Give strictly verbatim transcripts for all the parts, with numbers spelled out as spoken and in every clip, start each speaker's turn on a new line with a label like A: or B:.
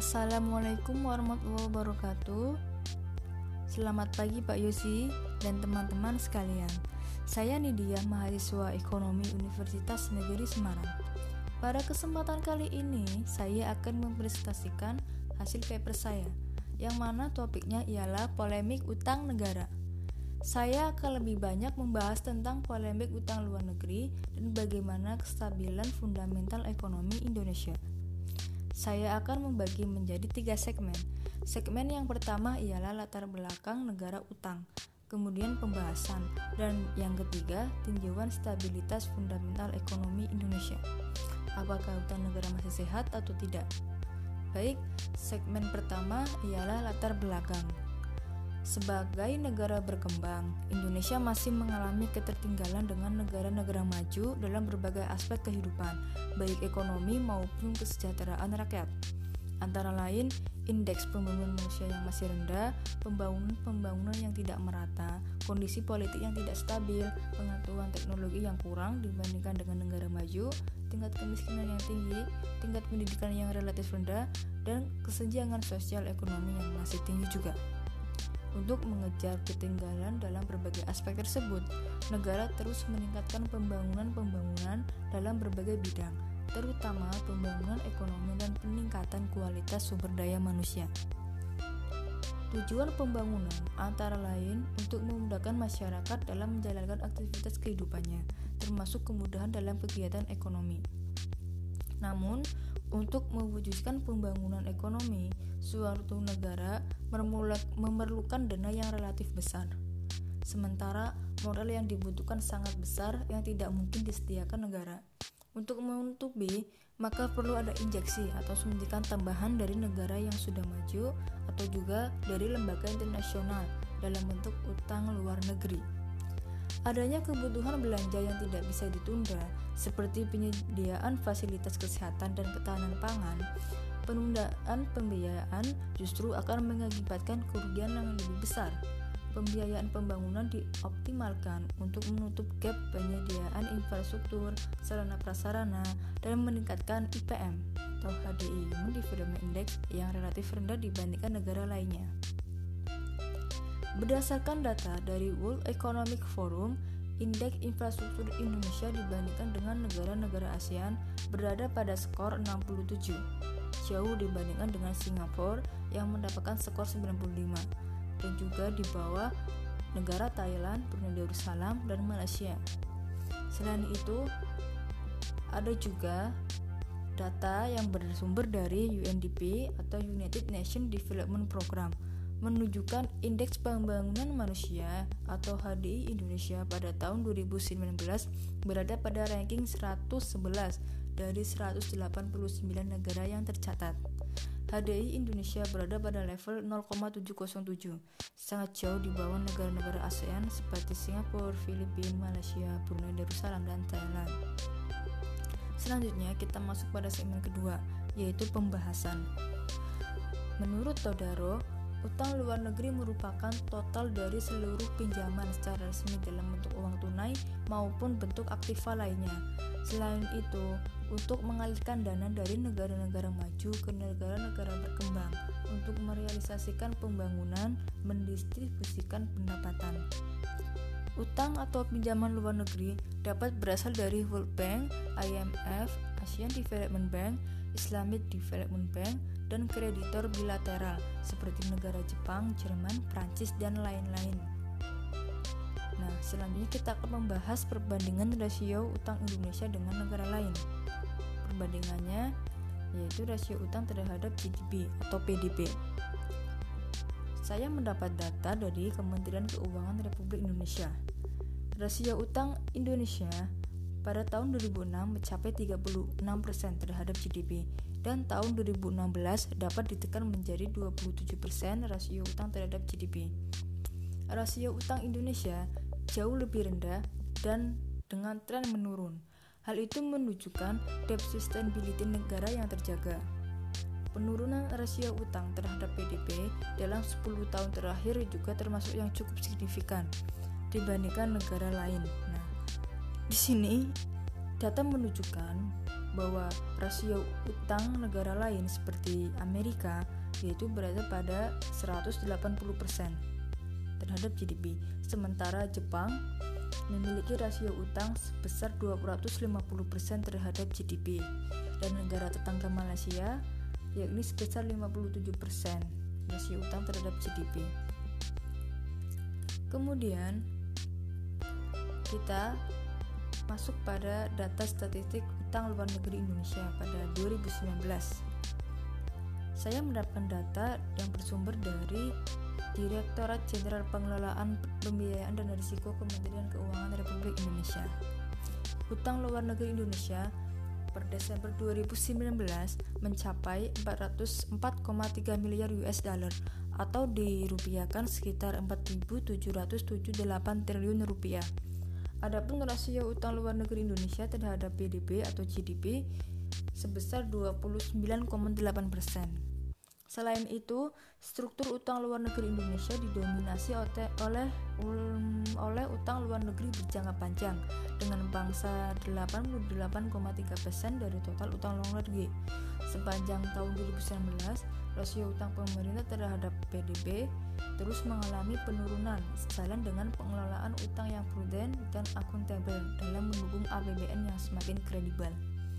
A: Assalamualaikum warahmatullahi wabarakatuh. Selamat pagi Pak Yosi dan teman-teman sekalian. Saya Nidia, mahasiswa Ekonomi Universitas Negeri Semarang. Pada kesempatan kali ini, saya akan mempresentasikan hasil paper saya, yang mana topiknya ialah polemik utang negara. Saya akan lebih banyak membahas tentang polemik utang luar negeri dan bagaimana kestabilan fundamental ekonomi Indonesia. Saya akan membagi menjadi tiga segmen. Segmen yang pertama ialah latar belakang negara utang, kemudian pembahasan, dan yang ketiga tinjauan stabilitas fundamental ekonomi Indonesia. Apakah utang negara masih sehat atau tidak? Baik, segmen pertama ialah latar belakang. Sebagai negara berkembang, Indonesia masih mengalami ketertinggalan dengan negara-negara maju dalam berbagai aspek kehidupan, baik ekonomi maupun kesejahteraan rakyat. Antara lain, indeks pembangunan manusia yang masih rendah, pembangunan-pembangunan yang tidak merata, kondisi politik yang tidak stabil, pengetahuan teknologi yang kurang dibandingkan dengan negara maju, tingkat kemiskinan yang tinggi, tingkat pendidikan yang relatif rendah, dan kesenjangan sosial ekonomi yang masih tinggi juga. Untuk mengejar ketinggalan dalam berbagai aspek tersebut, negara terus meningkatkan pembangunan-pembangunan dalam berbagai bidang, terutama pembangunan ekonomi dan peningkatan kualitas sumber daya manusia. Tujuan pembangunan antara lain untuk memudahkan masyarakat dalam menjalankan aktivitas kehidupannya, termasuk kemudahan dalam kegiatan ekonomi. Namun, untuk mewujudkan pembangunan ekonomi, suatu negara memerlukan dana yang relatif besar. Sementara modal yang dibutuhkan sangat besar yang tidak mungkin disediakan negara. Untuk menutupi, maka perlu ada injeksi atau suntikan tambahan dari negara yang sudah maju atau juga dari lembaga internasional dalam bentuk utang luar negeri. Adanya kebutuhan belanja yang tidak bisa ditunda, seperti penyediaan fasilitas kesehatan dan ketahanan pangan, penundaan pembiayaan justru akan mengakibatkan kerugian yang lebih besar. Pembiayaan pembangunan dioptimalkan untuk menutup gap penyediaan infrastruktur, sarana prasarana, dan meningkatkan I P M atau H D I, Human Development Index, yang relatif rendah dibandingkan negara lainnya. Berdasarkan data dari World Economic Forum, indeks infrastruktur Indonesia dibandingkan dengan negara-negara ASEAN berada pada skor enam puluh tujuh, jauh dibandingkan dengan Singapura yang mendapatkan skor sembilan puluh lima, dan juga di bawah negara Thailand, Brunei Darussalam, dan Malaysia. Selain itu, ada juga data yang bersumber dari U N D P atau United Nations Development Program menunjukkan indeks pembangunan manusia atau H D I Indonesia pada tahun dua ribu sembilan belas berada pada ranking seratus sebelas dari seratus delapan puluh sembilan negara yang tercatat. H D I Indonesia berada pada level nol koma tujuh nol tujuh, sangat jauh di bawah negara-negara ASEAN seperti Singapura, Filipina, Malaysia, Brunei Darussalam, dan Thailand. Selanjutnya kita masuk pada segmen kedua, yaitu pembahasan. Menurut Todaro, utang luar negeri merupakan total dari seluruh pinjaman secara resmi dalam bentuk uang tunai maupun bentuk aktiva lainnya. Selain itu, untuk mengalirkan dana dari negara-negara maju ke negara-negara berkembang untuk merealisasikan pembangunan, mendistribusikan pendapatan. Utang atau pinjaman luar negeri dapat berasal dari World Bank, I M F, Asian Development Bank, Islamic Development Bank, dan kreditor bilateral seperti negara Jepang, Jerman, Prancis, dan lain-lain. Nah, selanjutnya kita akan membahas perbandingan rasio utang Indonesia dengan negara lain. Perbandingannya yaitu rasio utang terhadap G D P atau P D B. Saya mendapat data dari Kementerian Keuangan Republik Indonesia. Rasio utang Indonesia pada tahun dua ribu enam mencapai tiga puluh enam persen terhadap G D P, dan tahun dua ribu enam belas dapat ditekan menjadi dua puluh tujuh persen rasio utang terhadap G D P. Rasio utang Indonesia jauh lebih rendah dan dengan tren menurun. Hal itu menunjukkan debt sustainability negara yang terjaga. Penurunan rasio utang terhadap P D B dalam sepuluh tahun terakhir juga termasuk yang cukup signifikan dibandingkan negara lain. Nah, di sini data menunjukkan bahwa rasio utang negara lain seperti Amerika yaitu berada pada seratus delapan puluh persen terhadap G D P, sementara Jepang memiliki rasio utang sebesar dua ratus lima puluh persen terhadap G D P, dan negara tetangga Malaysia yakni sebesar lima puluh tujuh persen rasio utang terhadap G D P. Kemudian kita masuk pada data statistik utang luar negeri Indonesia pada dua ribu sembilan belas. Saya mendapatkan data yang bersumber dari Direktorat Jenderal Pengelolaan Pembiayaan dan Risiko Kementerian Keuangan Republik Indonesia. Utang luar negeri Indonesia per Desember dua ribu sembilan belas mencapai empat ratus empat koma tiga miliar U S dollar atau dirupiahkan sekitar empat ribu tujuh ratus tujuh puluh delapan triliun rupiah. Adapun rasio utang luar negeri Indonesia terhadap P D B atau G D P sebesar dua puluh sembilan koma delapan persen. Selain itu, struktur utang luar negeri Indonesia didominasi oleh oleh utang luar negeri berjangka panjang dengan pangsa delapan puluh delapan koma tiga persen dari total utang luar negeri. Sepanjang tahun dua ribu sembilan belas, rasio utang pemerintah terhadap P D B terus mengalami penurunan sejalan dengan pengelolaan utang yang prudent dan akuntabel dalam mendukung A P B N yang semakin kredibel.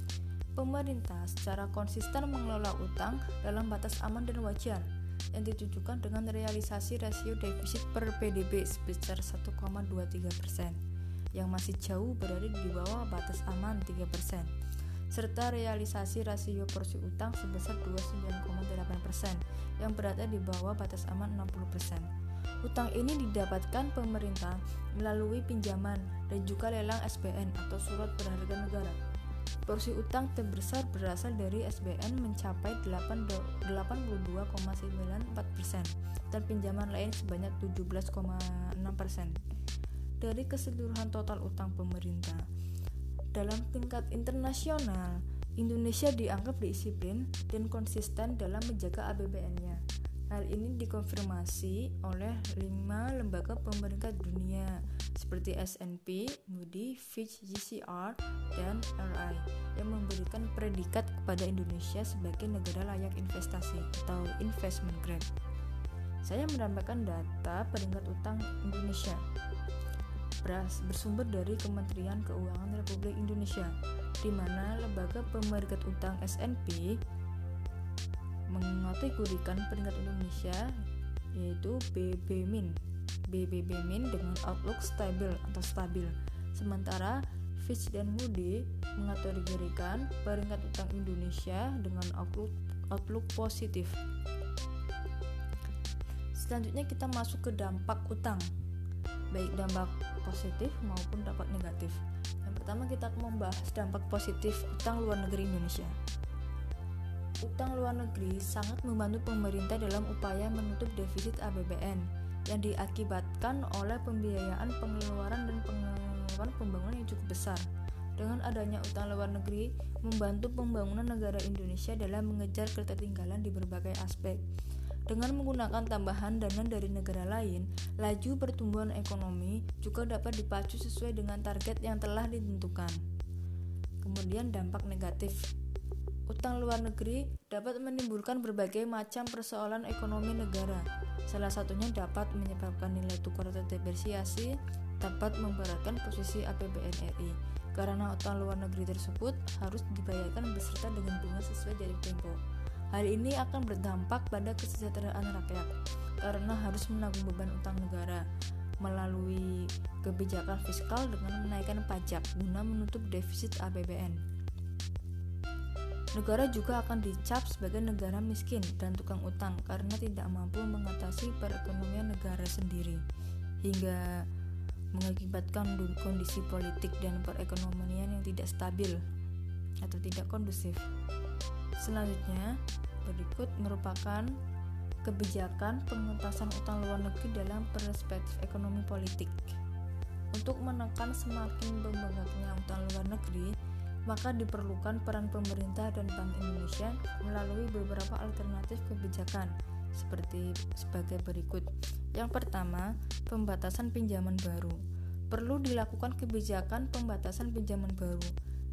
A: Pemerintah secara konsisten mengelola utang dalam batas aman dan wajar yang ditujukan dengan realisasi rasio defisit per P D B sebesar satu koma dua tiga persen yang masih jauh berada di bawah batas aman tiga persen, serta realisasi rasio porsi utang sebesar dua puluh sembilan koma delapan persen yang berada di bawah batas aman enam puluh persen. Utang ini didapatkan pemerintah melalui pinjaman dan juga lelang S B N atau surat berharga negara. Porsi utang terbesar berasal dari S B N mencapai delapan puluh dua koma sembilan empat persen dan pinjaman lain sebanyak tujuh belas koma enam persen dari keseluruhan total utang pemerintah. Dalam tingkat internasional, Indonesia dianggap disiplin dan konsisten dalam menjaga A P B N-nya. Hal ini dikonfirmasi oleh lima lembaga pemerintah dunia seperti S and P, Moody's, Fitch, J C R, dan R I yang memberikan predikat kepada Indonesia sebagai negara layak investasi atau investment grade. Saya menambahkan data peringkat utang Indonesia bersumber dari Kementerian Keuangan Republik Indonesia, di mana lembaga pemeringkat utang S and P mengategorikan peringkat Indonesia yaitu B B min B B B min dengan outlook stabil atau stabil, sementara Fitch dan Moody's mengategorikan peringkat utang Indonesia dengan outlook outlook positif. Selanjutnya kita masuk ke dampak utang, baik dampak positif maupun dampak negatif. Yang pertama kita akan membahas dampak positif utang luar negeri Indonesia. Utang luar negeri sangat membantu pemerintah dalam upaya menutup defisit A P B N yang diakibatkan oleh pembiayaan pengeluaran dan pengeluaran pembangunan yang cukup besar. Dengan adanya utang luar negeri membantu pembangunan negara Indonesia dalam mengejar ketertinggalan di berbagai aspek. Dengan menggunakan tambahan dana dari negara lain, laju pertumbuhan ekonomi juga dapat dipacu sesuai dengan target yang telah ditentukan. Kemudian dampak negatif. Utang luar negeri dapat menimbulkan berbagai macam persoalan ekonomi negara. Salah satunya dapat menyebabkan nilai tukar terdepresiasi, dapat memberatkan posisi A P B N R I karena utang luar negeri tersebut harus dibayarkan beserta dengan bunga sesuai jatuh tempo. Hal ini akan berdampak pada kesejahteraan rakyat karena harus menanggung beban utang negara melalui kebijakan fiskal dengan menaikkan pajak guna menutup defisit A P B N. Negara juga akan dicap sebagai negara miskin dan tukang utang karena tidak mampu mengatasi perekonomian negara sendiri, hingga mengakibatkan kondisi politik dan perekonomian yang tidak stabil atau tidak kondusif. Selanjutnya, berikut merupakan kebijakan pengentasan utang luar negeri dalam perspektif ekonomi politik. Untuk menekan semakin membengkaknya utang luar negeri, maka diperlukan peran pemerintah dan Bank Indonesia melalui beberapa alternatif kebijakan seperti sebagai berikut. Yang pertama, pembatasan pinjaman baru. Perlu dilakukan kebijakan pembatasan pinjaman baru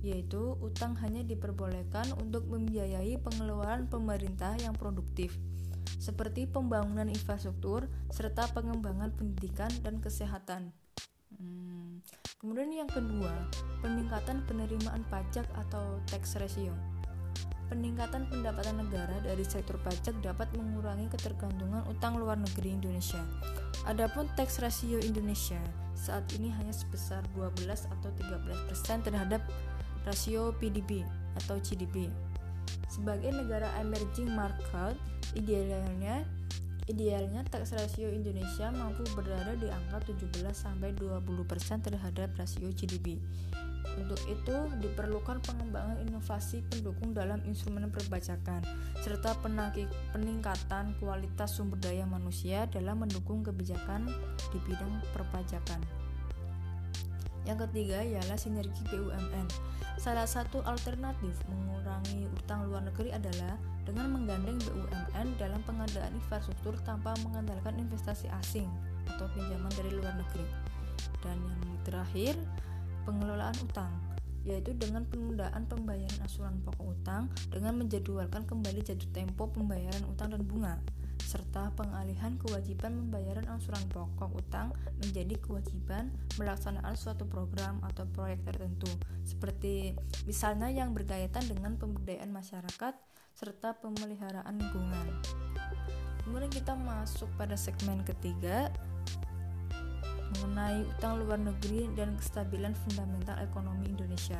A: yaitu utang hanya diperbolehkan untuk membiayai pengeluaran pemerintah yang produktif, seperti pembangunan infrastruktur serta pengembangan pendidikan dan kesehatan. Hmm. Kemudian yang kedua, peningkatan penerimaan pajak atau tax ratio. Peningkatan pendapatan negara dari sektor pajak dapat mengurangi ketergantungan utang luar negeri Indonesia. Adapun tax ratio Indonesia saat ini hanya sebesar dua belas atau tiga belas persen terhadap rasio P D B atau G D P. Sebagai negara emerging market, idealnya idealnya tax ratio Indonesia mampu berada di angka tujuh belas sampai dua puluh persen terhadap rasio G D P. Untuk itu diperlukan pengembangan inovasi pendukung dalam instrumen perpajakan serta peningkatan kualitas sumber daya manusia dalam mendukung kebijakan di bidang perpajakan. Yang ketiga ialah sinergi B U M N. Salah satu alternatif mengurangi utang luar negeri adalah dengan menggandeng B U M N dalam pengadaan infrastruktur tanpa mengandalkan investasi asing atau pinjaman dari luar negeri. Dan yang terakhir, pengelolaan utang, yaitu dengan penundaan pembayaran asuran pokok utang dengan menjadwalkan kembali jatuh tempo pembayaran utang dan bunga, serta pengalihan kewajiban pembayaran asuran pokok utang menjadi kewajiban melaksanaan suatu program atau proyek tertentu, seperti misalnya yang berkaitan dengan pemberdayaan masyarakat serta pemeliharaan lingkungan. Kemudian kita masuk pada segmen ketiga mengenai utang luar negeri dan kestabilan fundamental ekonomi Indonesia.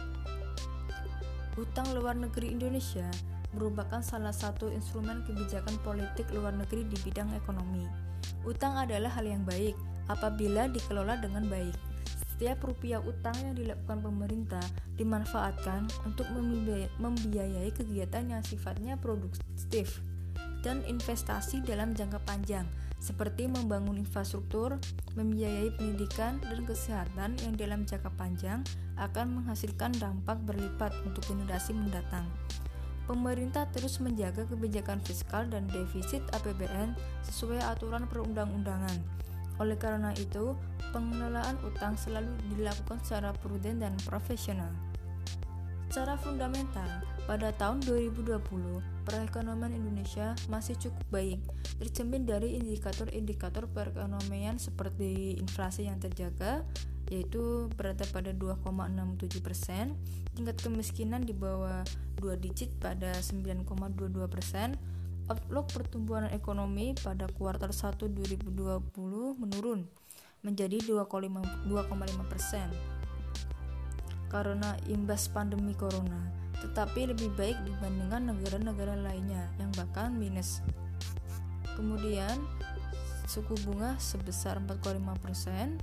A: Utang luar negeri Indonesia merupakan salah satu instrumen kebijakan politik luar negeri di bidang ekonomi. Utang adalah hal yang baik apabila dikelola dengan baik. Setiap rupiah utang yang dilakukan pemerintah dimanfaatkan untuk membiayai kegiatan yang sifatnya produktif dan investasi dalam jangka panjang, seperti membangun infrastruktur, membiayai pendidikan dan kesehatan yang dalam jangka panjang akan menghasilkan dampak berlipat untuk generasi mendatang. Pemerintah terus menjaga kebijakan fiskal dan defisit A P B N sesuai aturan perundang-undangan. Oleh karena itu, pengelolaan utang selalu dilakukan secara prudent dan profesional. Secara fundamental, pada tahun dua ribu dua puluh, perekonomian Indonesia masih cukup baik, tercermin dari indikator-indikator perekonomian seperti inflasi yang terjaga, yaitu berada pada dua koma enam tujuh persen, tingkat kemiskinan di bawah dua digit pada sembilan koma dua dua persen, outlook pertumbuhan ekonomi pada kuartal satu dua ribu dua puluh menurun menjadi dua koma lima persen karena imbas pandemi corona, tetapi lebih baik dibandingkan negara-negara lainnya yang bahkan minus. Kemudian suku bunga sebesar empat koma lima persen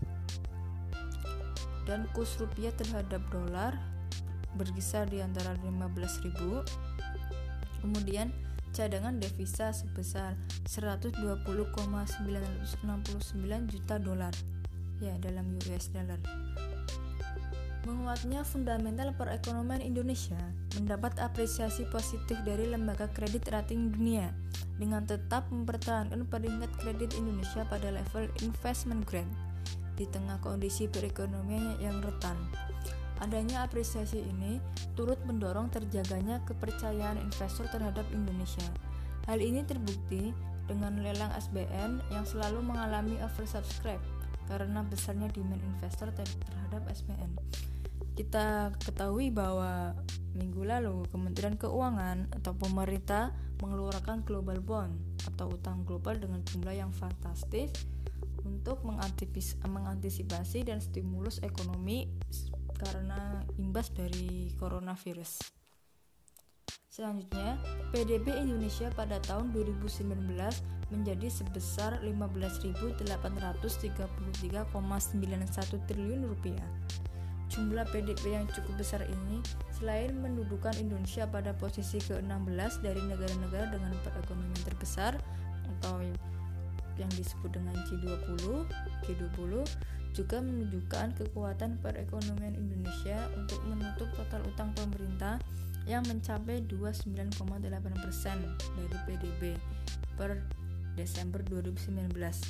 A: dan kurs rupiah terhadap dolar berkisar di antara lima belas ribu. Kemudian cadangan devisa sebesar seratus dua puluh koma sembilan enam sembilan juta dolar ya dalam U S dollar. Menguatnya fundamental perekonomian Indonesia mendapat apresiasi positif dari lembaga kredit rating dunia dengan tetap mempertahankan peringkat kredit Indonesia pada level investment grade di tengah kondisi perekonomian yang rentan. Adanya apresiasi ini turut mendorong terjaganya kepercayaan investor terhadap Indonesia. Hal ini terbukti dengan lelang S B N yang selalu mengalami oversubscribe karena besarnya demand investor terhadap S B N. Kita ketahui bahwa minggu lalu Kementerian Keuangan atau pemerintah mengeluarkan global bond atau utang global dengan jumlah yang fantastis untuk mengantisipasi dan stimulus ekonomi karena imbas dari coronavirus. Selanjutnya, P D B Indonesia pada tahun dua ribu sembilan belas menjadi sebesar lima belas ribu delapan ratus tiga puluh tiga koma sembilan satu triliun rupiah. Jumlah P D B yang cukup besar ini selain mendudukan Indonesia pada posisi ke enam belas dari negara-negara dengan perekonomian terbesar atau yang disebut dengan G dua puluh, G dua puluh juga menunjukkan kekuatan perekonomian Indonesia untuk menutup total utang pemerintah yang mencapai dua puluh sembilan koma delapan persen dari P D B per Desember dua ribu sembilan belas.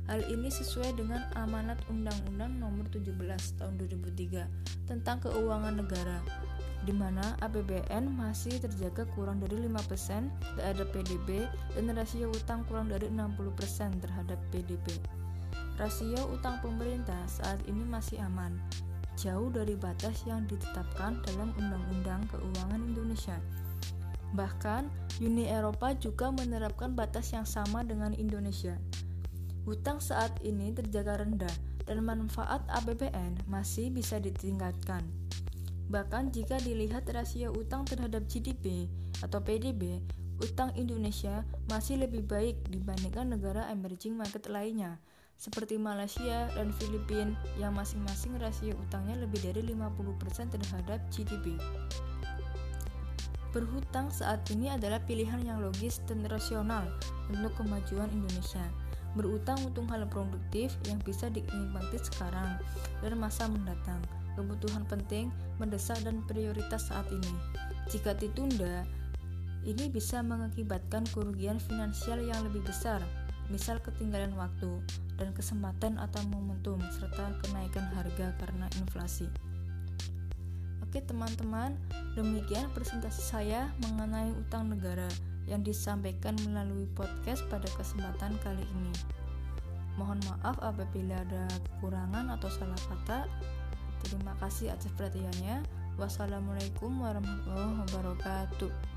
A: Hal ini sesuai dengan amanat Undang-Undang Nomor tujuh belas Tahun dua ribu tiga tentang keuangan negara, di mana A P B N masih terjaga kurang dari lima persen terhadap P D B dan rasio utang kurang dari enam puluh persen terhadap P D B. Rasio utang pemerintah saat ini masih aman, jauh dari batas yang ditetapkan dalam Undang-Undang Keuangan Indonesia. Bahkan, Uni Eropa juga menerapkan batas yang sama dengan Indonesia. Hutang saat ini terjaga rendah dan manfaat A P B N masih bisa ditingkatkan. Bahkan jika dilihat rasio utang terhadap G D P atau P D B, utang Indonesia masih lebih baik dibandingkan negara emerging market lainnya, seperti Malaysia dan Filipina yang masing-masing rasio utangnya lebih dari lima puluh persen terhadap G D P. Berhutang saat ini adalah pilihan yang logis dan rasional untuk kemajuan Indonesia. Berutang untuk hal produktif yang bisa dinikmati sekarang dan masa mendatang, kebutuhan penting, mendesak dan prioritas saat ini. Jika ditunda, ini bisa mengakibatkan kerugian finansial yang lebih besar, misal ketinggalan waktu dan kesempatan atau momentum, serta kenaikan harga karena inflasi. Oke teman-teman, demikian presentasi saya mengenai utang negara yang disampaikan melalui podcast pada kesempatan kali ini. Mohon maaf apabila ada kekurangan atau salah kata. Terima kasih atas perhatiannya. Wassalamualaikum warahmatullahi wabarakatuh.